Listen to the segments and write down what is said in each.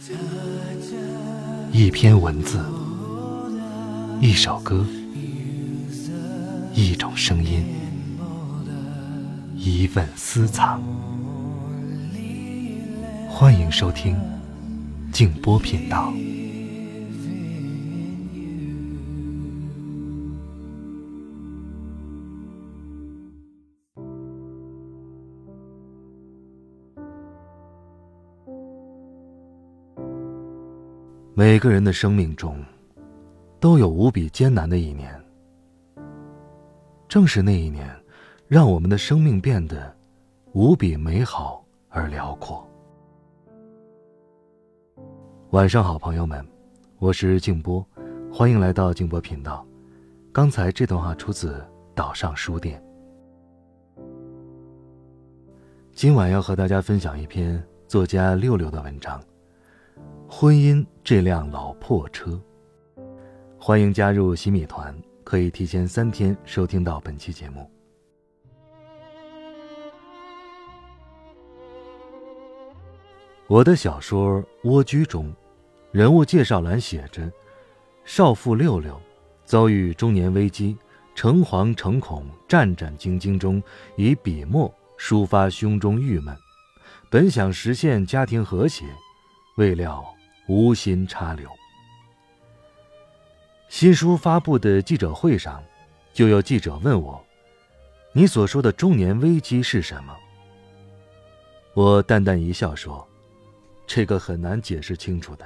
一篇文字，一首歌，一种声音，一份私藏。欢迎收听静波频道。每个人的生命中都有无比艰难的一年，正是那一年让我们的生命变得无比美好而辽阔。晚上好，朋友们，我是静波，欢迎来到静波频道。刚才这段话出自岛上书店。今晚要和大家分享一篇作家六六的文章，婚姻这辆老破车。欢迎加入洗米团，可以提前3天收听到本期节目。我的小说《蜗居》中，人物介绍栏写着，少妇六六遭遇中年危机，诚惶诚恐，战战兢兢中，以笔墨抒发胸中郁闷，本想实现家庭和谐，未料无心插柳。新书发布的记者会上，就有记者问我，你所说的中年危机是什么？我淡淡一笑说，这个很难解释清楚的。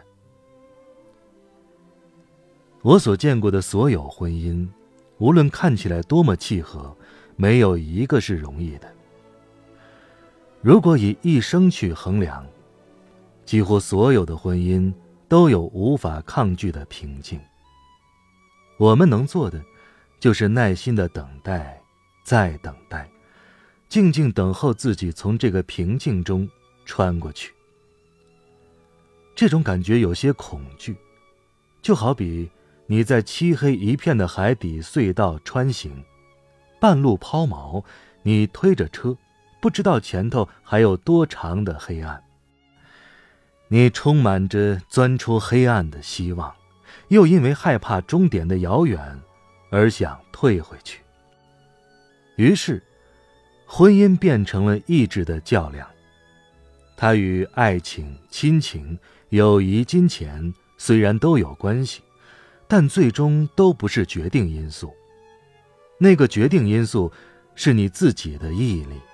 我所见过的所有婚姻，无论看起来多么契合，没有一个是容易的。如果以一生去衡量，几乎所有的婚姻都有无法抗拒的平静。我们能做的就是耐心的等待，再等待，静静等候自己从这个平静中穿过去。这种感觉有些恐惧，就好比你在漆黑一片的海底隧道穿行，半路抛锚，你推着车，不知道前头还有多长的黑暗。你充满着钻出黑暗的希望，又因为害怕终点的遥远而想退回去。于是婚姻变成了意志的较量，它与爱情、亲情、友谊、金钱虽然都有关系，但最终都不是决定因素。那个决定因素是你自己的毅力。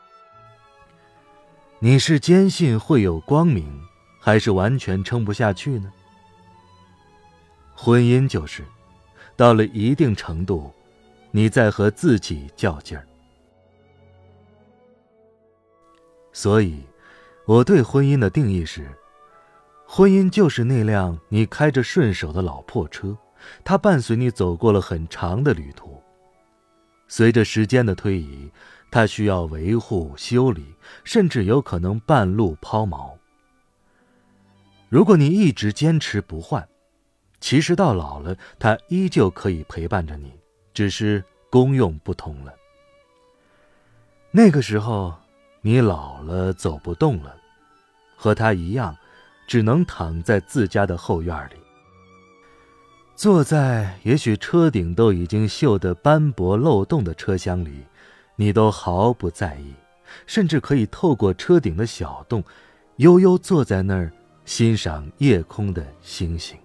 你是坚信会有光明，还是完全撑不下去呢？婚姻就是到了一定程度，你在和自己较劲儿。所以我对婚姻的定义是，婚姻就是那辆你开着顺手的老破车，它伴随你走过了很长的旅途。随着时间的推移，它需要维护、修理，甚至有可能半路抛锚。如果你一直坚持不换，其实到老了，它依旧可以陪伴着你，只是功用不同了。那个时候，你老了，走不动了，和它一样，只能躺在自家的后院里，坐在也许车顶都已经锈得斑驳漏洞的车厢里，你都毫不在意，甚至可以透过车顶的小洞，悠悠坐在那儿，欣赏夜空的星星。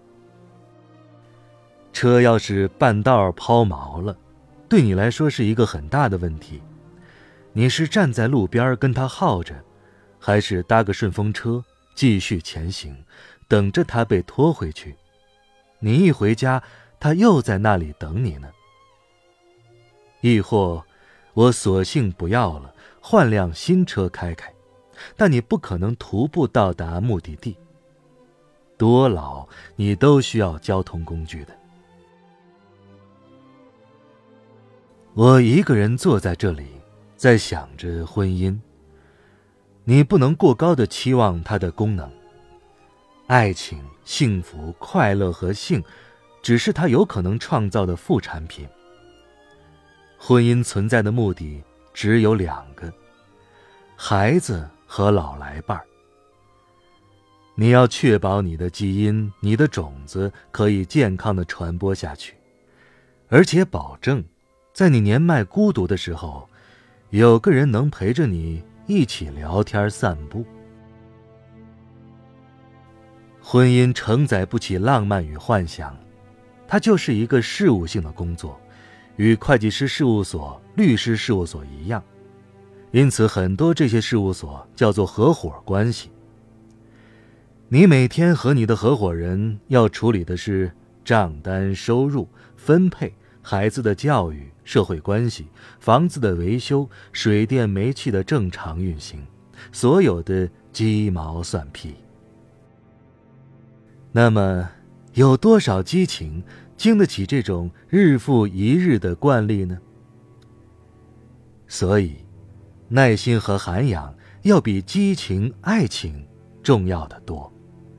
车要是半道抛锚了，对你来说是一个很大的问题。你是站在路边跟它耗着，还是搭个顺风车继续前行，等着它被拖回去？你一回家，它又在那里等你呢。亦或我索性不要了，换辆新车开开，但你不可能徒步到达目的地。多老，你都需要交通工具的。我一个人坐在这里，在想着婚姻。你不能过高的期望它的功能。爱情、幸福、快乐和性，只是它有可能创造的副产品。婚姻存在的目的只有2个：孩子和老来伴儿。 你要确保你的基因、你的种子可以健康地传播下去，而且保证，在你年迈孤独的时候，有个人能陪着你一起聊天散步。婚姻承载不起浪漫与幻想，它就是一个事务性的工作，与会计师事务所、律师事务所一样，因此很多这些事务所叫做合伙关系。你每天和你的合伙人要处理的是账单、收入、分配、孩子的教育、社会关系、房子的维修、水电煤气的正常运行，所有的鸡毛蒜皮。那么，有多少激情经得起这种日复一日的惯例呢？所以，耐心和涵养要比激情、爱情重要得多。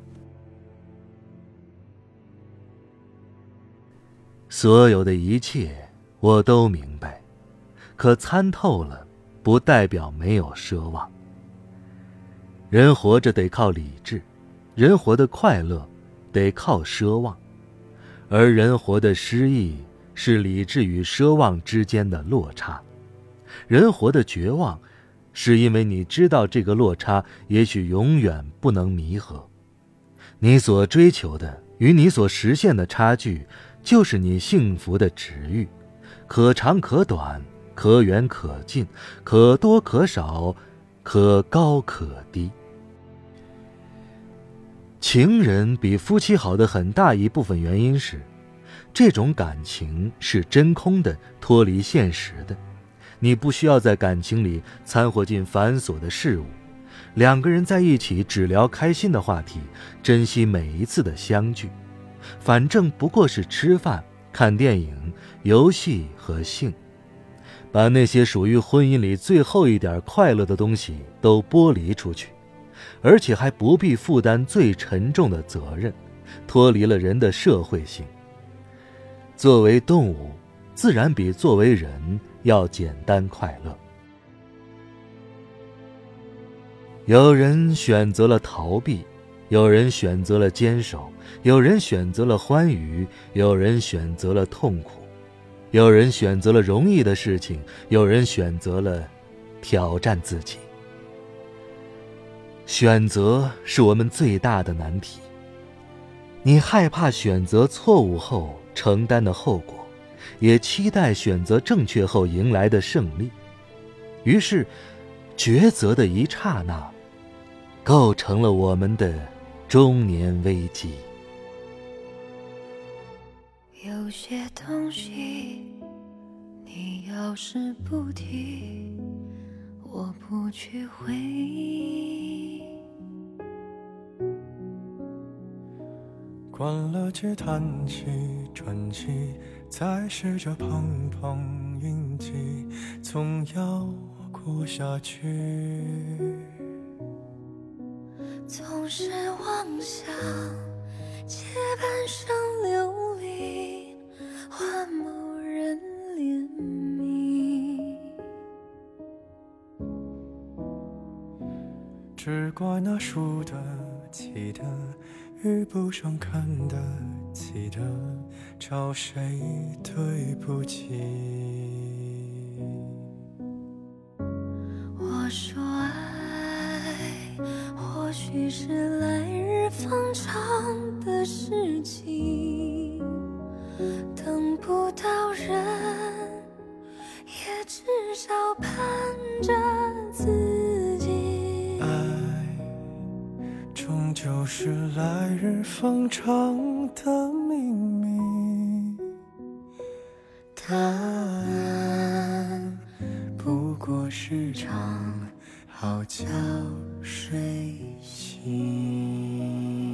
所有的一切我都明白，可参透了，不代表没有奢望。人活着得靠理智，人活得快乐得靠奢望，而人活得失意是理智与奢望之间的落差。人活得绝望，是因为你知道这个落差也许永远不能弥合。你所追求的与你所实现的差距，就是你幸福的值域，可长可短，可远可近，可多可少，可高可低。情人比夫妻好的很大一部分原因是，这种感情是真空的，脱离现实的。你不需要在感情里掺和进繁琐的事物，两个人在一起只聊开心的话题，珍惜每一次的相聚，反正不过是吃饭、看电影、游戏和性，把那些属于婚姻里最后一点快乐的东西都剥离出去，而且还不必负担最沉重的责任，脱离了人的社会性。作为动物，自然比作为人要简单快乐。有人选择了逃避，有人选择了坚守，有人选择了欢愉，有人选择了痛苦，有人选择了容易的事情，有人选择了挑战自己。选择是我们最大的难题。你害怕选择错误后承担的后果，也期待选择正确后迎来的胜利。于是，抉择的一刹那，构成了我们的中年危机。 有些东西，你要是不提，我不去回忆。 关了机，叹气，喘气，再试着碰碰运气，总要过下去。 总是妄想借半生流离，换某人怜悯。 只怪那输得起的遇不上看得起的，找谁对不起？ 我说爱或许是来日方长的事情，等不到人，也至少盼着自己。 爱终究是来日方长的秘密，答案不过是场好觉睡醒。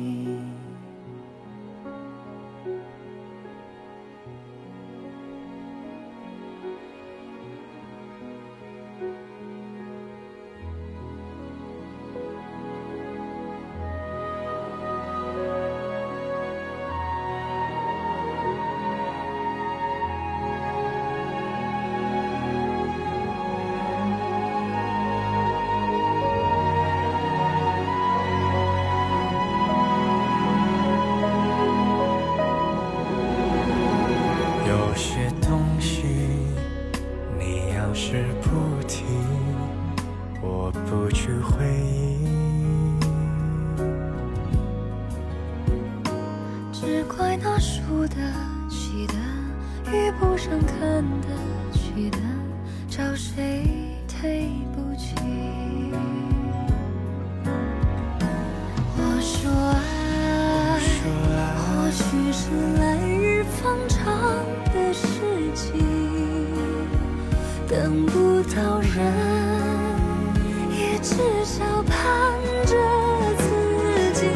得起的，遇不上看得起的，找谁对不起？我说爱，或许是来日方长的事情，等不到人，也至少盼着自己。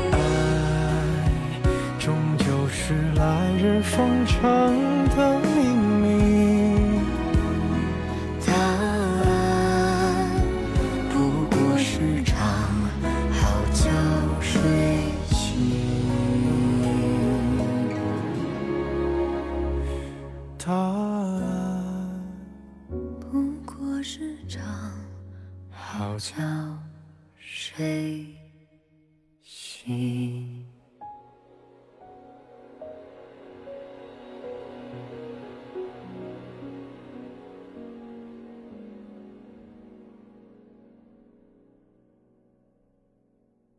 爱终究是来日方长的秘密， 答案不过是场好觉睡醒。 答案不过是场好觉觉睡醒。